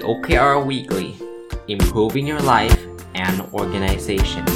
OKR Weekly Improving Your Life and Organization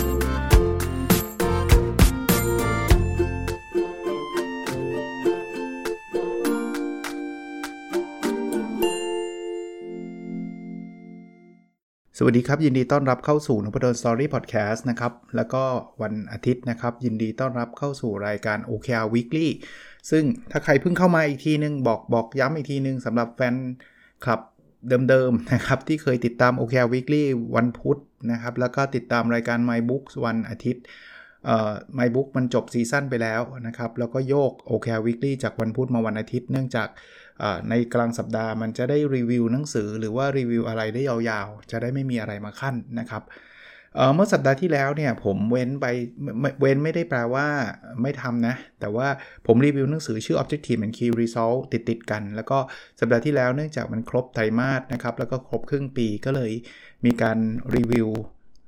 สวัสดีครับยินดีต้อนรับเข้าสู่นพดล Story Podcast นะครับแล้วก็วันอาทิตย์นะครับยินดีต้อนรับเข้าสู่รายการ OKR Weekly ซึ่งถ้าใครเพิ่งเข้ามาอีกทีนึงบอกย้ำอีกทีนึงสำหรับแฟนคลับเดิมๆนะครับที่เคยติดตาม OKR Weekly วันพุธนะครับแล้วก็ติดตามรายการ My Book วันอาทิตย์My Book มันจบซีซั่นไปแล้วนะครับแล้วก็โยก OKR Weekly จากวันพุธมาวันอาทิตย์เนื่องจากในกลางสัปดาห์มันจะได้รีวิวหนังสือหรือว่ารีวิวอะไรได้ยาวๆจะได้ไม่มีอะไรมาขั้นนะครับเมื่อสัปดาห์ที่แล้วเนี่ยผมเว้นไม่ได้แปลว่าไม่ทำนะแต่ว่าผมรีวิวหนังสือชื่อ Objective and Key Result ติดกันแล้วก็สัปดาห์ที่แล้วเนื่องจากมันครบไตรมาสนะครับแล้วก็ครบครึ่งปีก็เลยมีการรีวิว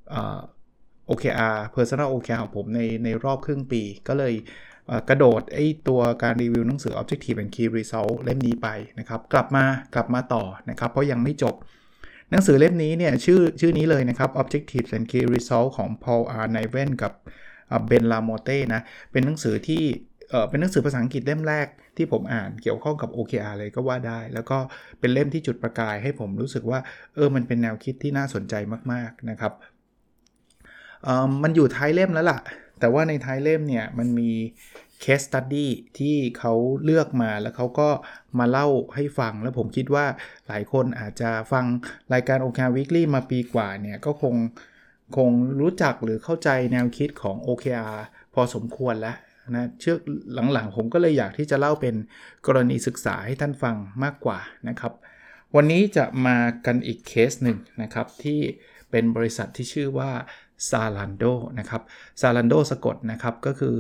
OKR Personal OKR ของผมในรอบครึ่งปีก็เลยกระโดดตัวการรีวิวหนังสือ Objective and Key Result เล่มนี้ไปนะครับกลับมาต่อนะครับเพราะยังไม่จบหนังสือเล่มนี้เนี่ยชื่อนี้เลยนะครับ Objective and Key Result ของ Paul R. Niven กับBen Lamotte นะเป็นหนังสือที่เป็นหนังสือภาษาอังกฤษเล่มแรกที่ผมอ่านเกี่ยวข้องกับ OKR เลยก็ว่าได้แล้วก็เป็นเล่มที่จุดประกายให้ผมรู้สึกว่ามันเป็นแนวคิดที่น่าสนใจมากๆนะครับมันอยู่ท้ายเล่มแล้วล่ะแต่ว่าในท้ายเล่มเนี่ยมันมี case study ที่เขาเลือกมาแล้วเขาก็มาเล่าให้ฟังแล้วผมคิดว่าหลายคนอาจจะฟังรายการ OKR Weekly มาปีกว่าเนี่ยก็คงรู้จักหรือเข้าใจแนวคิดของ OKR พอสมควรแล้วนะหลังๆผมก็เลยอยากที่จะเล่าเป็นกรณีศึกษาให้ท่านฟังมากกว่านะครับวันนี้จะมากันอีกเคสหนึ่งนะครับที่เป็นบริษัทที่ชื่อว่า Zalando นะครับ Zalando สะกดนะครับก็คือ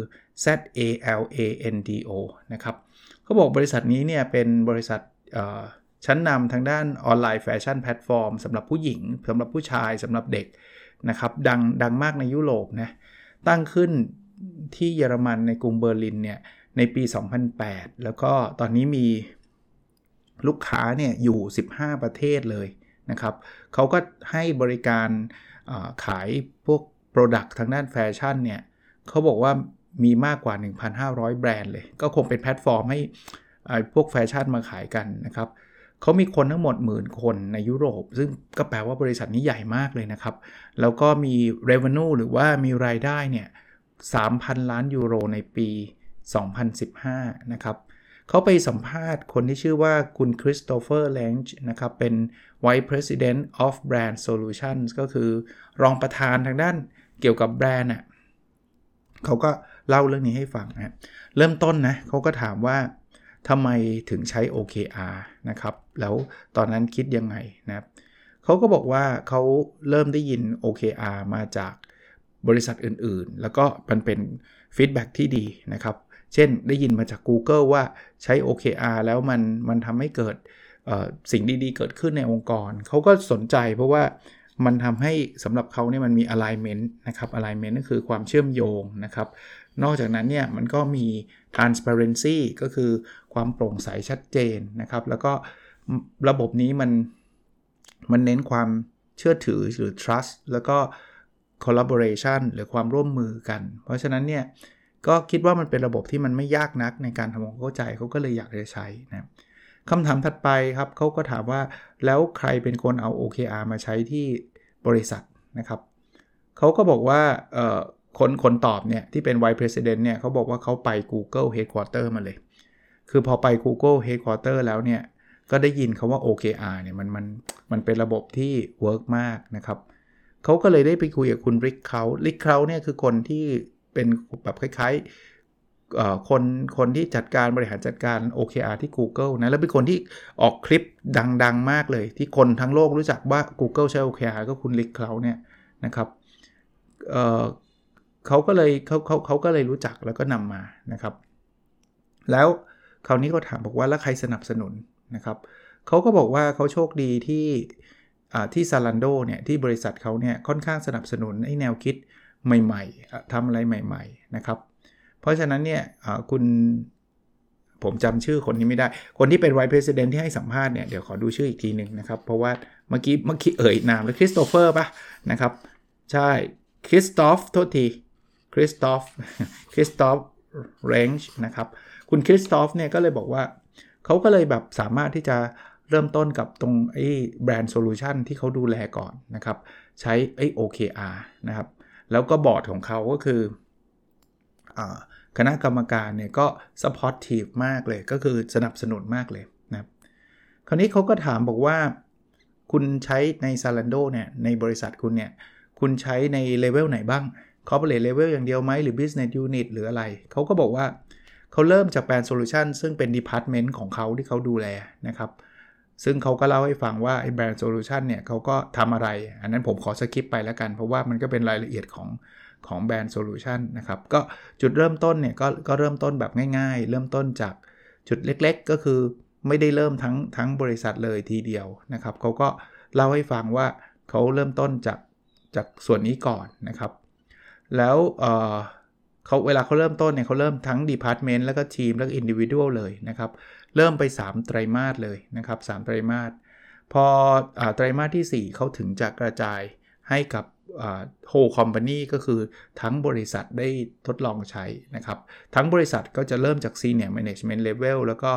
ZALANDO นะครับเขาบอกบริษัทนี้เนี่ยเป็นบริษัทชั้นนำทางด้านออนไลน์แฟชั่นแพลตฟอร์มสำหรับผู้หญิงสำหรับผู้ชายสำหรับเด็กนะครับดังมากในยุโรปนะตั้งขึ้นที่เยอรมันในกรุงเบอร์ลินเนี่ยในปี 2008 แล้วก็ตอนนี้มีลูกค้าเนี่ยอยู่15ประเทศเลยนะครับเขาก็ให้บริการขายพวก product ทางด้านแฟชั่นเนี่ยเขาบอกว่ามีมากกว่า 1,500 แบรนด์เลยก็คงเป็นแพลตฟอร์มให้พวกแฟชั่นมาขายกันนะครับเขามีคนทั้งหมด 10,000 คนในยุโรปซึ่งก็แปลว่าบริษัทนี้ใหญ่มากเลยนะครับแล้วก็มี revenue หรือว่ามีรายได้เนี่ย 3,000 ล้านยูโรในปี 2015 นะครับเขาไปสัมภาษณ์คนที่ชื่อว่าคุณคริสโตเฟอร์แลนจ์นะครับเป็น Vice President of Brand Solutions ก็คือรองประธานทางด้านเกี่ยวกับแบรนด์เขาก็เล่าเรื่องนี้ให้ฟังนะเริ่มต้นนะเขาก็ถามว่าทำไมถึงใช้ OKR นะครับแล้วตอนนั้นคิดยังไงนะครับเขาก็บอกว่าเขาเริ่มได้ยิน OKR มาจากบริษัทอื่นๆแล้วก็มันเป็นฟีดแบ็กที่ดีนะครับเช่นได้ยินมาจาก Google ว่าใช้ OKR แล้วมันทำให้เกิดสิ่งดีๆเกิดขึ้นในองค์กรเขาก็สนใจเพราะว่ามันทำให้สำหรับเขาเนี่ยมันมี alignment นะครับ alignment ก็คือความเชื่อมโยงนะครับนอกจากนั้นเนี่ยมันก็มี transparency ก็คือความโปร่งใสชัดเจนนะครับแล้วก็ระบบนี้มันเน้นความเชื่อถือหรือ trust แล้วก็ collaboration หรือความร่วมมือกันเพราะฉะนั้นเนี่ยก็คิดว่ามันเป็นระบบที่มันไม่ยากนักในการทำความเข้าใจเขาก็เลยอยากจะใช้นะคำถามถัดไปครับเขาก็ถามว่าแล้วใครเป็นคนเอา OKR มาใช้ที่บริษัทนะครับเขาก็บอกว่าคนตอบเนี่ยที่เป็น Vice President เนี่ยเขาบอกว่าเขาไป Google Headquarter มาเลยคือพอไป Google Headquarter แล้วเนี่ยก็ได้ยินคำว่า OKR เนี่ยมันเป็นระบบที่เวิร์กมากนะครับเขาก็เลยได้ไปคุยกับคุณริกเขาเนี่ยคือคนที่เป็นแบบคล้ายๆคนที่จัดการบริหารจัดการ OKR ที่ Google นะแล้วเป็นคนที่ออกคลิปดังมากเลยที่คนทั้งโลกรู้จักว่า Google ใช้ OKR ก็คุณริกเขาเนี่ยนะครับเขาก็เลยรู้จักแล้วก็นำมานะครับแล้วคราวนี้เขาถามบอกว่าแล้วใครสนับสนุนนะครับเขาก็บอกว่าเขาโชคดีที่ Zalando เนี่ยที่บริษัทเขาเนี่ยค่อนข้างสนับสนุนแนวคิดใหม่ๆทำอะไรใหม่ๆนะครับเพราะฉะนั้นเนี่ยผมจำชื่อคนนี้ไม่ได้คนที่เป็น Vice President ที่ให้สัมภาษณ์เนี่ยเดี๋ยวขอดูชื่ออีกทีนึงนะครับเพราะว่าเมื่อกี้เอ่ยนามแล้วคริสโตเฟอร์ป่ะนะครับใช่คริสตอฟโทษทีคริสตอฟเรนจ์นะครับคุณคริสตอฟเนี่ยก็เลยบอกว่าเขาก็เลยแบบสามารถที่จะเริ่มต้นกับตรงไอ้แบรนด์โซลูชันที่เขาดูแลก่อนนะครับใช้ไอ้ OKR นะครับแล้วก็บอร์ดของเขาก็คือคณะกรรมการเนี่ยก็ supportive มากเลยก็คือสนับสนุนมากเลยนะครับคราวนี้เขาก็ถามบอกว่าคุณใช้ใน Zalando เนี่ยในบริษัทคุณเนี่ยคุณใช้ในเลเวลไหนบ้าง corporate level อย่างเดียวไหมหรือ business unit หรืออะไรเขาก็บอกว่าเขาเริ่มจากแบรนด์โซลูชันซึ่งเป็น department ของเขาที่เขาดูแลนะครับซึ่งเขาก็เล่าให้ฟังว่าไอ้แบรนด์โซลูชันเนี่ยเขาก็ทำอะไรอันนั้นผมขอสคิปไปแล้วกันเพราะว่ามันก็เป็นรายละเอียดของแบรนด์โซลูชันนะครับก็จุดเริ่มต้นเนี่ยก็เริ่มต้นแบบง่ายๆเริ่มต้นจากจุดเล็กๆก็คือไม่ได้เริ่มทั้งบริษัทเลยทีเดียวนะครับเขาก็เล่าให้ฟังว่าเขาเริ่มต้นจากส่วนนี้ก่อนนะครับแล้วเขาเวลาเขาเริ่มต้นเนี่ยเขาเริ่มทั้ง department แล้วก็ทีมแล้วก็ individual เลยนะครับเริ่มไป3ไตรมาสเลยนะครับ3ไตรมาสพอไตรมาสที่4เขาถึงจะกระจายให้กับwhole company ก็คือทั้งบริษัทได้ทดลองใช้นะครับทั้งบริษัทก็จะเริ่มจาก senior management level แล้วก็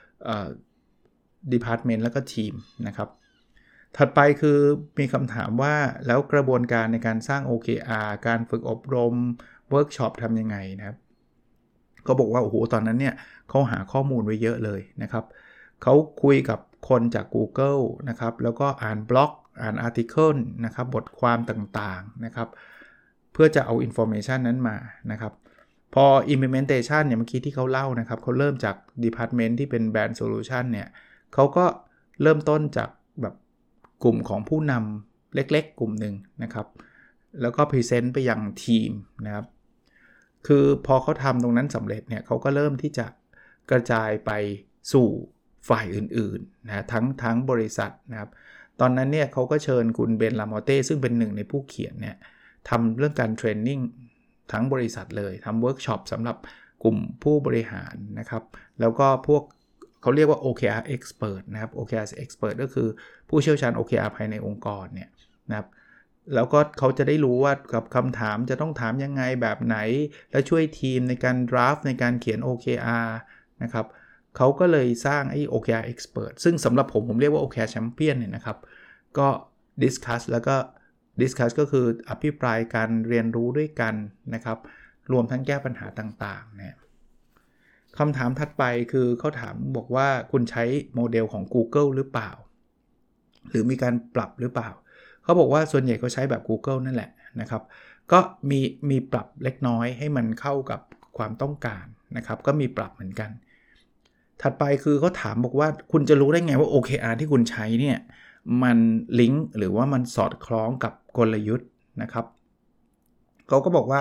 department แล้วก็ทีมนะครับถัดไปคือมีคำถามว่าแล้วกระบวนการในการสร้าง OKR การฝึกอบรมเวิร์กช็อปทำยังไงนะครับก็บอกว่าโอ้โหตอนนั้นเนี่ยเขาหาข้อมูลไว้เยอะเลยนะครับเขาคุยกับคนจาก Google นะครับแล้วก็อ่านบล็อกอ่านอาร์ติเคิลนะครับบทความต่างๆนะครับเพื่อจะเอา information นั้นมานะครับพอ implementation เนี่ยเมื่อกี้ที่เขาเล่านะครับเขาเริ่มจาก department ที่เป็น brand solution เนี่ยเขาก็เริ่มต้นจากแบบกลุ่มของผู้นำเล็กๆกลุ่มหนึ่งนะครับแล้วก็พรีเซนต์ไปยังทีมนะครับคือพอเขาทำตรงนั้นสำเร็จเนี่ยเขาก็เริ่มที่จะกระจายไปสู่ฝ่ายอื่นๆนะทั้งบริษัทนะครับตอนนั้นเนี่ยเขาก็เชิญคุณเบนลามอเต้ซึ่งเป็นหนึ่งในผู้เขียนเนี่ยทำเรื่องการเทรนนิ่งทั้งบริษัทเลยทำเวิร์กช็อปสำหรับกลุ่มผู้บริหารนะครับแล้วก็พวกเขาเรียกว่า OKR expert นะครับ OKR expert ก็คือผู้เชี่ยวชาญ OKR ภายในองค์กรเนี่ยนะครับแล้วก็เขาจะได้รู้ว่ากับคำถามจะต้องถามยังไงแบบไหนและช่วยทีมในการ draft ในการเขียน OKR นะครับเขาก็เลยสร้างไอ้ OKR expert ซึ่งสำหรับผมเรียกว่า OKR champion เนี่ยนะครับก็ discuss แล้วก็ discuss ก็คืออภิปรายการเรียนรู้ด้วยกันนะครับรวมทั้งแก้ปัญหาต่างๆเนี่ยคำถามถัดไปคือเขาถามบอกว่าคุณใช้โมเดลของ Google หรือเปล่าหรือมีการปรับหรือเปล่าเขาบอกว่าส่วนใหญ่เขาใช้แบบ Google นั่นแหละนะครับก็มีปรับเล็กน้อยให้มันเข้ากับความต้องการนะครับก็มีปรับเหมือนกันถัดไปคือเขาถามบอกว่าคุณจะรู้ได้ไงว่า OKR ที่คุณใช้เนี่ยมันลิงก์หรือว่ามันสอดคล้องกับกลยุทธ์นะครับเขาก็บอกว่า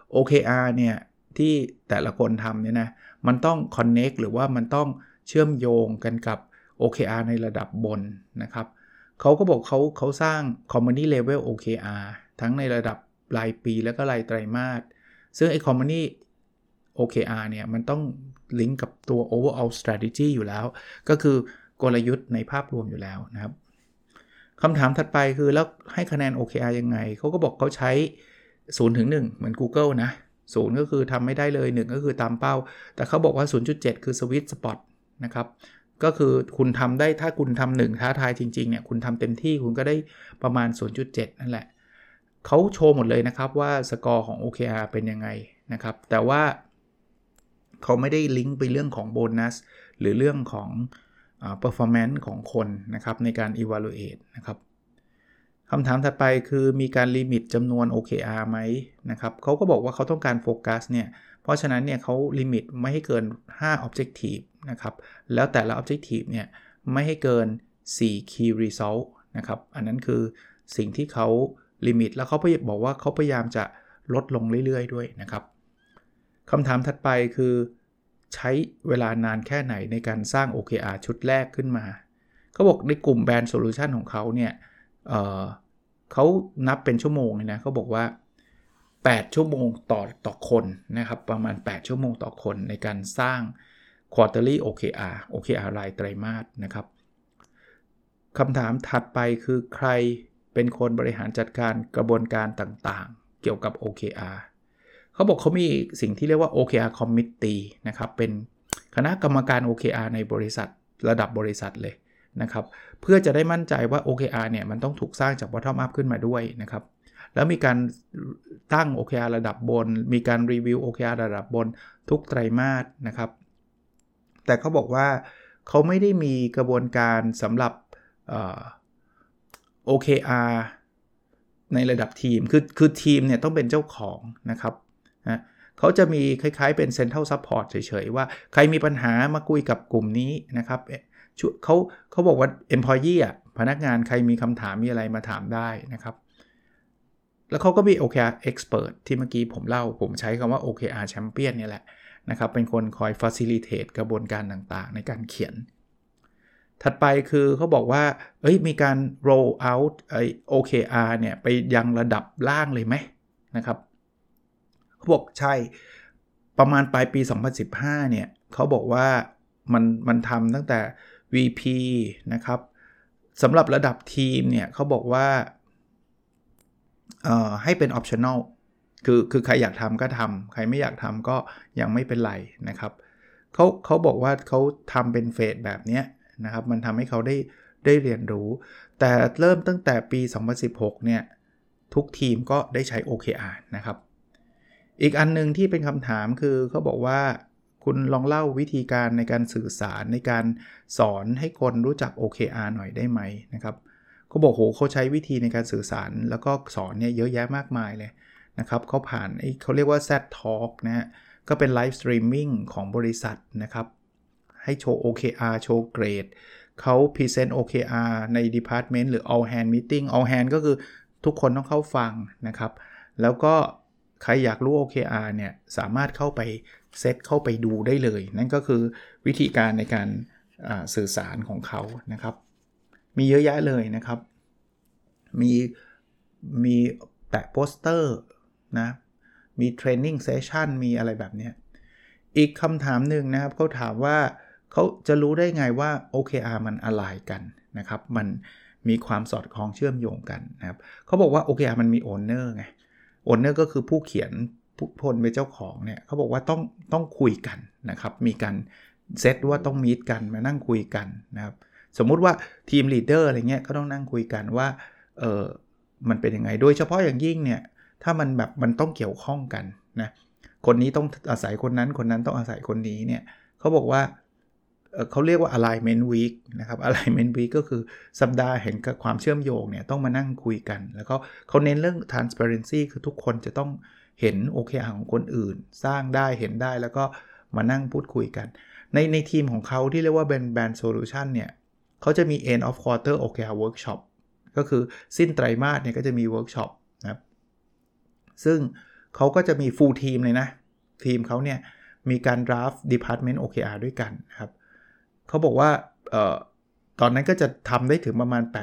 OKR เนี่ยที่แต่ละคนทำเนี่ยนะมันต้อง connect หรือว่ามันต้องเชื่อมโยงกันกับ OKR ในระดับบนนะครับเขาก็บอกเขาสร้าง company level OKR ทั้งในระดับรายปีแล้วก็รายไตรมาสซึ่งไอ้ company OKR เนี่ยมันต้องลิงก์กับตัว overall strategy อยู่แล้วก็คือกลยุทธ์ในภาพรวมอยู่แล้วนะครับคำถามถัดไปคือแล้วให้คะแนน OKR ยังไงเขาก็บอกเขาใช้ 0-1 เหมือน Google นะ0ก็คือทำไม่ได้เลย1ก็คือตามเป้าแต่เขาบอกว่า 0.7 คือ sweet spot นะครับก็คือคุณทำได้ถ้าคุณทำ1ท้าทายจริงๆเนี่ยคุณทำเต็มที่คุณก็ได้ประมาณ 0.7 นั่นแหละเขาโชว์หมดเลยนะครับว่าสกอร์ของ OKR เป็นยังไงนะครับแต่ว่าเขาไม่ได้ลิงก์ไปเรื่องของโบนัสหรือเรื่องของperformance ของคนนะครับในการ evaluate นะครับคำถามถัดไปคือมีการลิมิตจำนวน OKR ไหมนะครับเขาก็บอกว่าเขาต้องการโฟกัสเนี่ยเพราะฉะนั้นเนี่ยเขาลิมิตไม่ให้เกิน5 objective นะครับแล้วแต่ละ objective เนี่ยไม่ให้เกิน4 key result นะครับอันนั้นคือสิ่งที่เขาลิมิตแล้วเขาบอกว่าเขาพยายามจะลดลงเรื่อยๆด้วยนะครับคำถามถัดไปคือใช้เวลานานแค่ไหนในการสร้าง OKR ชุดแรกขึ้นมาเขาบอกในกลุ่มแบรนด์โซลูชันของเขาเนี่ยเขานับเป็นชั่วโมงเลยนะเขาบอกว่า8ชั่วโมงต่อคนนะครับประมาณ8ชั่วโมงต่อคนในการสร้าง quarterly OKR รายไตรมาสนะครับคำถามถัดไปคือใครเป็นคนบริหารจัดการกระบวนการต่างๆเกี่ยวกับ OKR เขาบอกเขามีสิ่งที่เรียกว่า OKR Committee นะครับเป็นคณะกรรมการ OKR ในบริษัทระดับบริษัทเลยนะครับเพื่อจะได้มั่นใจว่า OKR เนี่ยมันต้องถูกสร้างจาก bottom up ขึ้นมาด้วยนะครับแล้วมีการตั้ง OKR ระดับบนมีการรีวิว OKR ระดับบนทุกไตรมาสนะครับแต่เขาบอกว่าเขาไม่ได้มีกระบวนการสำหรับOKR ในระดับทีมคือทีมเนี่ยต้องเป็นเจ้าของนะครับนะเขาจะมีคล้ายๆเป็น Central Support เฉยๆว่าใครมีปัญหามาคุยกับกลุ่มนี้นะครับเขาบอกว่า employee พนักงานใครมีคำถามมีอะไรมาถามได้นะครับแล้วเขาก็มี OKR Expert ที่เมื่อกี้ผมเล่าผมใช้คำว่า OKR Champion เนี่ยแหละนะครับเป็นคนคอย facilitate กระบวนการต่างๆในการเขียนถัดไปคือเขาบอกว่ามีการ roll out OKR เนี่ยไปยังระดับล่างเลยไหมนะครับเขาบอกใช่ประมาณปลายปี2015เนี่ยเขาบอกว่ามันทำตั้งแต่ VP นะครับสำหรับระดับทีมเนี่ยเขาบอกว่าให้เป็น optional คือใครอยากทำก็ทำใครไม่อยากทำก็ยังไม่เป็นไรนะครับเขาบอกว่าเขาทำเป็นเฟสแบบนี้นะครับมันทำให้เขาได้เรียนรู้แต่เริ่มตั้งแต่ปี2016เนี่ยทุกทีมก็ได้ใช้ OKR นะครับอีกอันนึงที่เป็นคำถามคือเขาบอกว่าคุณลองเล่าวิธีการในการสื่อสารในการสอนให้คนรู้จัก OKR หน่อยได้ไหมนะครับเขาบอกเขาใช้วิธีในการสื่อสารแล้วก็สอนเนี่ยเยอะแยะมากมายเลยนะครับเขาผ่านเขาเรียกว่า Z Talk นะฮะก็เป็นไลฟ์สตรีมมิ่งของบริษัทนะครับให้โชว์ OKR โชว์เกรดเขาพรีเซนต์ OKR ใน Department หรือ All Hand Meeting All Hand ก็คือทุกคนต้องเข้าฟังนะครับแล้วก็ใครอยากรู้ OKR เนี่ยสามารถเข้าไปเซตเข้าไปดูได้เลยนั่นก็คือวิธีการในการสื่อสารของเขานะครับมีเยอะแยะเลยนะครับมีแปะโปสเตอร์นะมีเทรนนิ่งเซสชั่นมีอะไรแบบนี้อีกคำถามหนึ่งนะครับเขาถามว่าเขาจะรู้ได้ไงว่า OKR มันอะไรกันนะครับมันมีความสอดคล้องเชื่อมโยงกันนะครับเขาบอกว่า OKR มันมี Owner ไง Owner ก็คือผู้เขียนผู้คนเป็นเจ้าของเนี่ยเขาบอกว่าต้องคุยกันนะครับมีการเซตว่าต้องมีตกันมานั่งคุยกันนะครับสมมุติว่าทีมลีดเดอร์อะไรเงี้ยก็ต้องนั่งคุยกันว่ามันเป็นยังไงโดยเฉพาะอย่างยิ่งเนี่ยถ้ามันต้องเกี่ยวข้องกันนะคนนี้ต้องอาศัยคนนั้นคนนั้นต้องอาศัยคนนี้เนี่ยเขาบอกว่าเขาเรียกว่า alignment week นะครับ alignment week ก็คือสัปดาห์แห่งความเชื่อมโยงเนี่ยต้องมานั่งคุยกันแล้วก็เขาเน้นเรื่อง transparency คือทุกคนจะต้องเห็น OKR ของคนอื่นสร้างได้เห็นได้แล้วก็มานั่งพูดคุยกันในทีมของเขาที่เรียกว่า Brand Solution เนี่ยเขาจะมี end of quarter OKR workshop ก็คือสิ้นไตรมาสเนี่ยก็จะมีเวิร์กช็อปนะครับซึ่งเขาก็จะมี full team เลยนะทีมเขาเนี่ยมีการ draft department OKR ด้วยกันนะครับเขาบอกว่าตอนนั้นก็จะทำได้ถึงประมาณ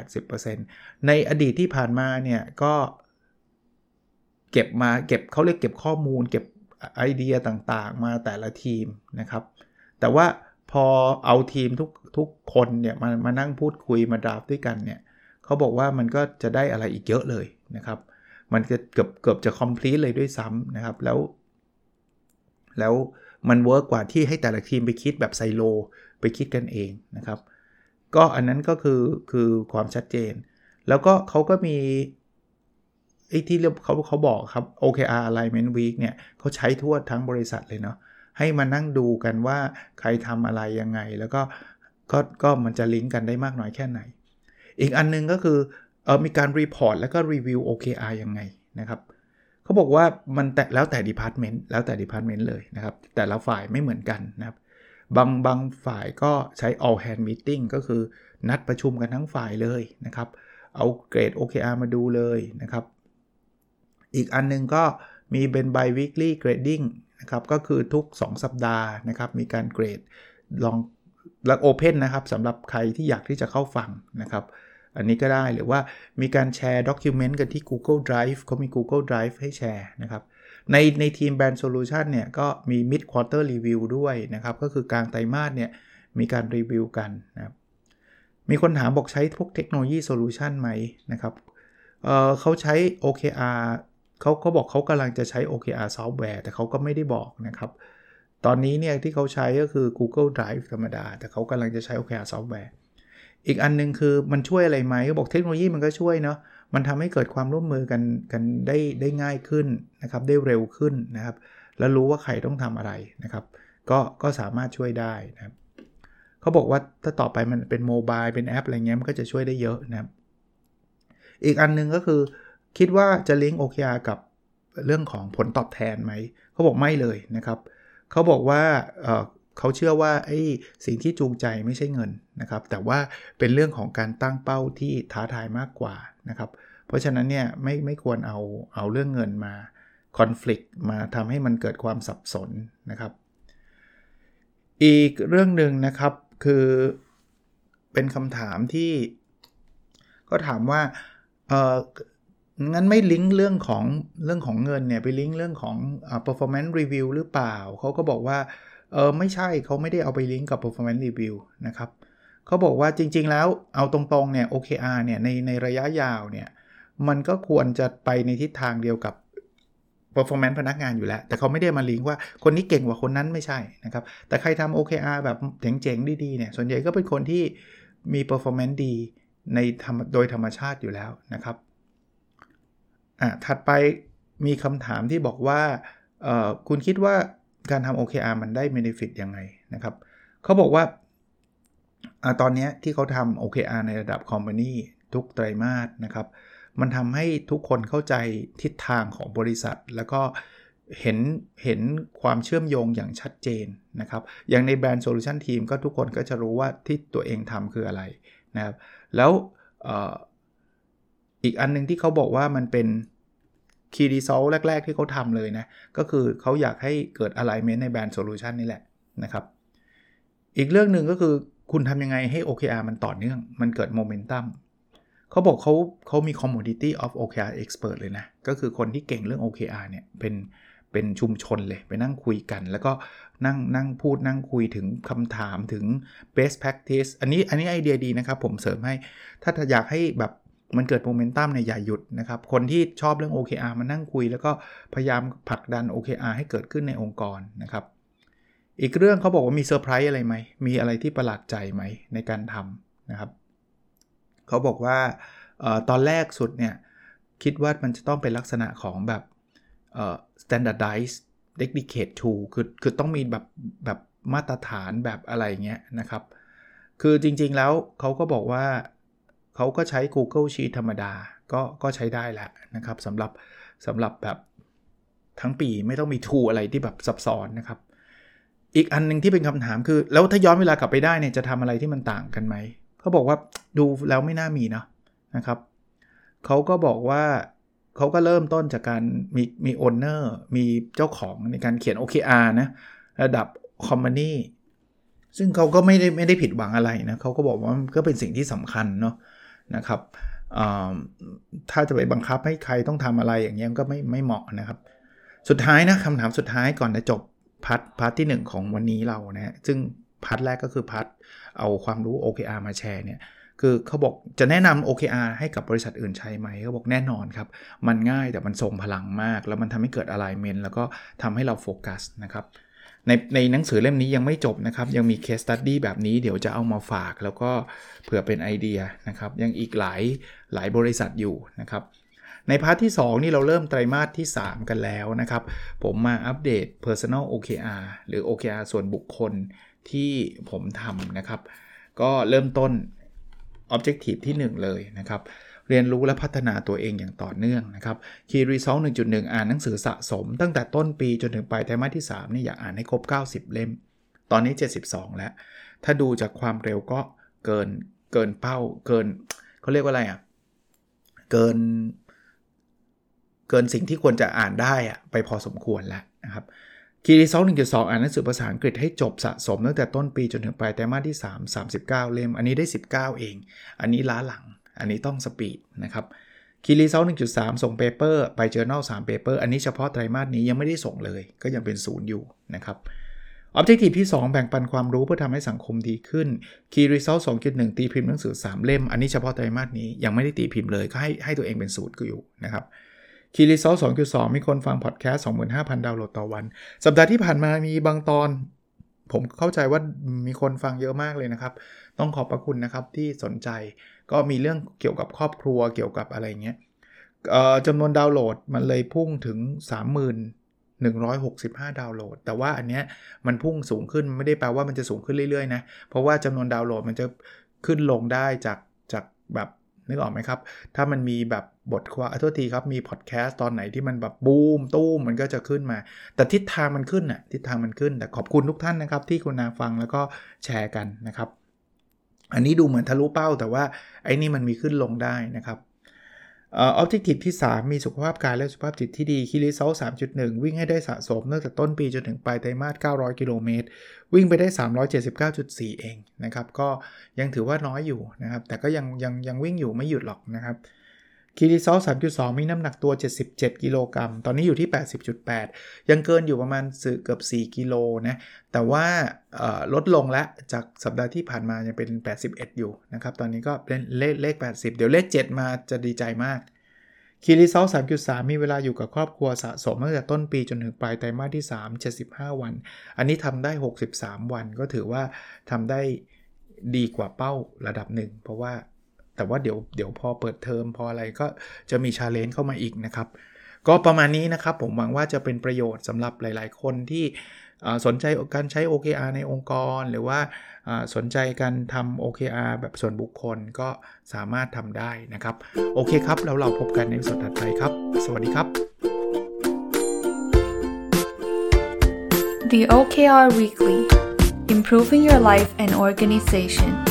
80% ในอดีตที่ผ่านมาเนี่ยก็เก็บเขาเรียกเก็บข้อมูลเก็บไอเดียต่างๆมาแต่ละทีมนะครับแต่ว่าพอเอาทีมทุกคนเนี่ยมานั่งพูดคุยมาดราฟด้วยกันเนี่ยเขาบอกว่ามันก็จะได้อะไรอีกเยอะเลยนะครับมันจะเกือบจะ complete เลยด้วยซ้ำนะครับแล้วมันเวิร์กกว่าที่ให้แต่ละทีมไปคิดแบบไซโลไปคิดกันเองนะครับก็อันนั้นก็คือความชัดเจนแล้วก็เขาก็มีไอ้ที่เขาบอกครับ OKR Alignment Week เนี่ยเขาใช้ทั่วทั้งบริษัทเลยเนาะให้มานั่งดูกันว่าใครทำอะไรยังไงแล้วก็มันจะลิงก์กันได้มากน้อยแค่ไหนอีกอันนึงก็คือมีการรีพอร์ตแล้วก็รีวิว OKR ยังไงนะครับเขาบอกว่ามันแล้วแต่ department เลยนะครับแต่ละฝ่ายไม่เหมือนกันนะครับบางฝ่ายก็ใช้ all hand meeting ก็คือนัดประชุมกันทั้งฝ่ายเลยนะครับเอาเกรด OKR มาดูเลยนะครับอีกอันนึงก็มีเป็น bi-weekly grading นะครับก็คือทุก2สัปดาห์นะครับมีการเกรดลองแล้ว open นะครับสำหรับใครที่อยากที่จะเข้าฟังนะครับอันนี้ก็ได้หรือว่ามีการแชร์ document กันที่ Google Drive เขามี Google Drive ให้แชร์นะครับในทีม Brand Solution เนี่ยก็มี Mid Quarter Review ด้วยนะครับก็คือกลางไตรมาสเนี่ยมีการรีวิวกันนะครับมีคนถามบอกใช้พวกเทคโนโลยีโซลูชันไหมนะครับเขาใช้ OKR เขาบอกเขากำลังจะใช้ OKR ซอฟต์แวร์แต่เขาก็ไม่ได้บอกนะครับตอนนี้เนี่ยที่เขาใช้ก็คือ Google Drive ธรรมดาแต่เขากำลังจะใช้ OKR ซอฟต์แวร์อีกอันนึงคือมันช่วยอะไรไหมเขาบอกเทคโนโลยีมันก็ช่วยเนาะมันทำให้เกิดความร่วมมือกันได้ง่ายขึ้นนะครับได้เร็วขึ้นนะครับแล้วรู้ว่าใครต้องทำอะไรนะครับก็สามารถช่วยได้นะครับเขาบอกว่าถ้าต่อไปมันเป็นโมบายเป็นแอปอะไรเงี้ยมันก็จะช่วยได้เยอะนะครับอีกอันนึงก็คือคิดว่าจะลิงก์ OKR กับเรื่องของผลตอบแทนไหมเขาบอกไม่เลยนะครับเขาบอกว่าเขาเชื่อว่าสิ่งที่จูงใจไม่ใช่เงินนะครับแต่ว่าเป็นเรื่องของการตั้งเป้าที่ท้าทายมากกว่านะครับเพราะฉะนั้นเนี่ยไม่ควรเอาเรื่องเงินมาคอนฟลิกต์มาทำให้มันเกิดความสับสนนะครับอีกเรื่องนึงนะครับคือเป็นคำถามที่ก็ถามว่างั้นไม่ลิงก์เรื่องของเงินเนี่ยไปลิงก์เรื่องของperformance review หรือเปล่าเขาก็บอกว่าไม่ใช่เขาไม่ได้เอาไปลิงก์กับ performance review นะครับเขาบอกว่าจริงๆแล้วเอาตรงๆเนี่ย OKR เนี่ยในระยะยาวเนี่ยมันก็ควรจะไปในทิศทางเดียวกับ performance พนักงานอยู่แล้วแต่เขาไม่ได้มาลิงก์ว่าคนนี้เก่งกว่าคนนั้นไม่ใช่นะครับแต่ใครทำ OKR แบบเจ๋งๆดีๆเนี่ยส่วนใหญ่ก็เป็นคนที่มี performance ดีโดยธรรมชาติอยู่แล้วนะครับถัดไปมีคำถามที่บอกว่าคุณคิดว่าการทำ OKR มันได้ benefit ยังไงนะครับเขาบอกว่าตอนนี้ที่เขาทำ OKR ในระดับ company ทุกไตรมาสนะครับมันทำให้ทุกคนเข้าใจทิศทางของบริษัทแล้วก็เห็นความเชื่อมโยงอย่างชัดเจนนะครับอย่างใน Brand Solution Team ก็ทุกคนก็จะรู้ว่าที่ตัวเองทำคืออะไรนะครับแล้วอีกอันนึงที่เขาบอกว่ามันเป็น Key Result แรกๆที่เขาทำเลยนะก็คือเขาอยากให้เกิด Alignment ใน Brand Solution นี่แหละนะครับอีกเรื่องนึงก็คือคุณทำยังไงให้ OKR มันต่อเนื่องมันเกิด Momentum เขาบอกเขามี Community of OKR Expert เลยนะก็คือคนที่เก่งเรื่อง OKR เนี่ยเป็นชุมชนเลยไปนั่งคุยกันแล้วก็นั่งพูดนั่งคุยถึงคำถามถึง best practice อันนี้ไอเดียดีนะครับผมเสริมให้ถ้าอยากให้แบบมันเกิดโมเมนตัมในอย่าหยุดนะครับคนที่ชอบเรื่อง OKR มานั่งคุยแล้วก็พยายามผลักดัน OKR ให้เกิดขึ้นในองค์กรนะครับอีกเรื่องเขาบอกว่ามีเซอร์ไพรส์อะไรไหมมีอะไรที่ประหลาดใจไหมในการทำนะครับเขาบอกว่าตอนแรกสุดเนี่ยคิดว่ามันจะต้องเป็นลักษณะของแบบstandardize dedicate to คือต้องมีแบบมาตรฐานแบบอะไรเงี้ยนะครับคือจริงๆแล้วเขาก็บอกว่าเขาก็ใช้ Google Sheet ธรรมดาก็ใช้ได้แหละนะครับสำหรับแบบทั้งปีไม่ต้องมี tool อะไรที่แบบซับซ้อนนะครับอีกอันนึงที่เป็นคำถามคือแล้วถ้าย้อนเวลากลับไปได้เนี่ยจะทำอะไรที่มันต่างกันไหมเขาบอกว่าดูแล้วไม่น่ามีนะครับเขาก็บอกว่าเขาก็เริ่มต้นจากการมีโอนเนอร์มีเจ้าของในการเขียน OKR นะระดับ company ซึ่งเขาก็ไม่ได้ผิดหวังอะไรนะเขาก็บอกว่ามันก็เป็นสิ่งที่สำคัญเนาะนะครับถ้าจะไปบังคับให้ใครต้องทำอะไรอย่างเงี้ยก็ไม่เหมาะนะครับสุดท้ายนะคำถามสุดท้ายก่อนจะจบพาร์ทที่1ของวันนี้เรานะซึ่งพาร์ทแรกก็คือพาร์ทเอาความรู้ OKR มาแชร์เนี่ยคือเขาบอกจะแนะนำ OKR ให้กับบริษัทอื่นใช้ไหมเขาบอกแน่นอนครับมันง่ายแต่มันทรงพลังมากแล้วมันทำให้เกิด alignment แล้วก็ทำให้เราโฟกัสนะครับในหนังสือเล่มนี้ยังไม่จบนะครับยังมี case study แบบนี้เดี๋ยวจะเอามาฝากแล้วก็เผื่อเป็นไอเดียนะครับยังอีกหลายบริษัทอยู่นะครับในพาร์ทที่2นี่เราเริ่มไตรมาสที่3กันแล้วนะครับผมมาอัปเดต personal OKR หรือ OKR ส่วนบุคคลที่ผมทำนะครับก็เริ่มต้น objective ที่1เลยนะครับเรียนรู้และพัฒนาตัวเองอย่างต่อเนื่องนะครับ Key Result 1.1 อ่านหนังสือสะสมตั้งแต่ต้นปีจนถึงปลายไตรมาสที่3นี่อยากอ่านให้ครบ90เล่มตอนนี้72แล้วถ้าดูจากความเร็วก็เกินเป้าเกินเขาเรียกว่าอะไรเกินสิ่งที่ควรจะอ่านได้ไปพอสมควรแล้วนะครับKey Result 1.2 อ่านหนังสือภาษาอังกฤษให้จบสะสมตั้งแต่ต้นปีจนถึงปลายไตรมาสที่3 39เล่มอันนี้ได้19เองอันนี้ล้าหลังอันนี้ต้องสปีดนะครับ Key Result 1.3 ส่งเปเปอร์ไป Journal 3 paper อันนี้เฉพาะไตรมาสนี้ยังไม่ได้ส่งเลยก็ยังเป็น0อยู่นะครับ Objective ที่ 2 แบ่งปันความรู้เพื่อทำให้สังคมดีขึ้น Key Result 2.1 ตีพิมพ์หนังสือ3เล่มอันนี้เฉพาะไตรมาสนี้ยังไม่ได้ตีพิมพ์เลยก็ให้ตัวเองเป็น0ก็อยู่นะครับ Key Result 2.2 มีคนฟังพอดแคสต์ 25,000 ดาวน์โหลดต่อวันสัปดาห์ที่ผ่านมามีบางตอนผมเข้าใจว่ามีคนฟังเยอะมากเลยนะครับต้องขอบพระคุณนะครับที่สนใจก็มีเรื่องเกี่ยวกับครอบครัวเกี่ยวกับอะไรเงี้ยจำนวนดาวน์โหลดมันเลยพุ่งถึง 30,165 ดาวน์โหลดแต่ว่าอันเนี้ยมันพุ่งสูงขึ้นไม่ได้แปลว่ามันจะสูงขึ้นเรื่อยๆนะเพราะว่าจำนวนดาวน์โหลดมันจะขึ้นลงได้จากแบบนึกออกไหมครับถ้ามันมีแบบบทความโทษทีครับมีพอดแคสต์ตอนไหนที่มันแบบบูมตู้มมันก็จะขึ้นมาแต่ทิศทางมันขึ้นน่ะทิศทางมันขึ้นแต่ขอบคุณทุกท่านนะครับที่คุณนาฟังแล้วก็แชร์กันนะครับอันนี้ดูเหมือนทะลุเป้าแต่ว่าไอ้นี่มันมีขึ้นลงได้นะครับObjective ที่ 3 มีสุขภาพกายและสุขภาพจิตที่ดี Key Result 3.1 วิ่งให้ได้สะสมตั้งแต่ต้นปีจนถึงปลายไตรมาส900 กิโลเมตรวิ่งไปได้ 379.4 เองนะครับก็ยังถือว่าน้อยอยู่นะครับแต่ก็ยังวิ่งอยู่ไม่หยุดหรอกนะครับ Key Result 3.2 มีน้ำหนักตัว77กิโลกรัมตอนนี้อยู่ที่ 80.8 ยังเกินอยู่ประมาณเกือบ4กิโลนะแต่ว่าลดลงแล้วจากสัปดาห์ที่ผ่านมายังเป็น81อยู่นะครับตอนนี้ก็เป็นเลข80เดี๋ยวเลข7มาจะดีใจมาก Key Result 3.3 มีเวลาอยู่กับครอบครัวสะสมตั้งแต่ต้นปีจนถึงปลายไตรมาสที่3 75 วันอันนี้ทำได้63วันก็ถือว่าทำได้ดีกว่าเป้าระดับหนึ่งเพราะว่าแต่ว่าเดี๋ยวพอเปิดเทอมพออะไรก็จะมี challenge เข้ามาอีกนะครับก็ประมาณนี้นะครับผมหวังว่าจะเป็นประโยชน์สำหรับหลายๆคนที่สนใจการใช้ OKR ในองค์กรหรือว่าสนใจการทำ OKR แบบส่วนบุคคลก็สามารถทำได้นะครับโอเคครับแล้วเราพบกันในตอนถัดไปครับสวัสดีครับ The OKR Weekly Improving Your Life and Organization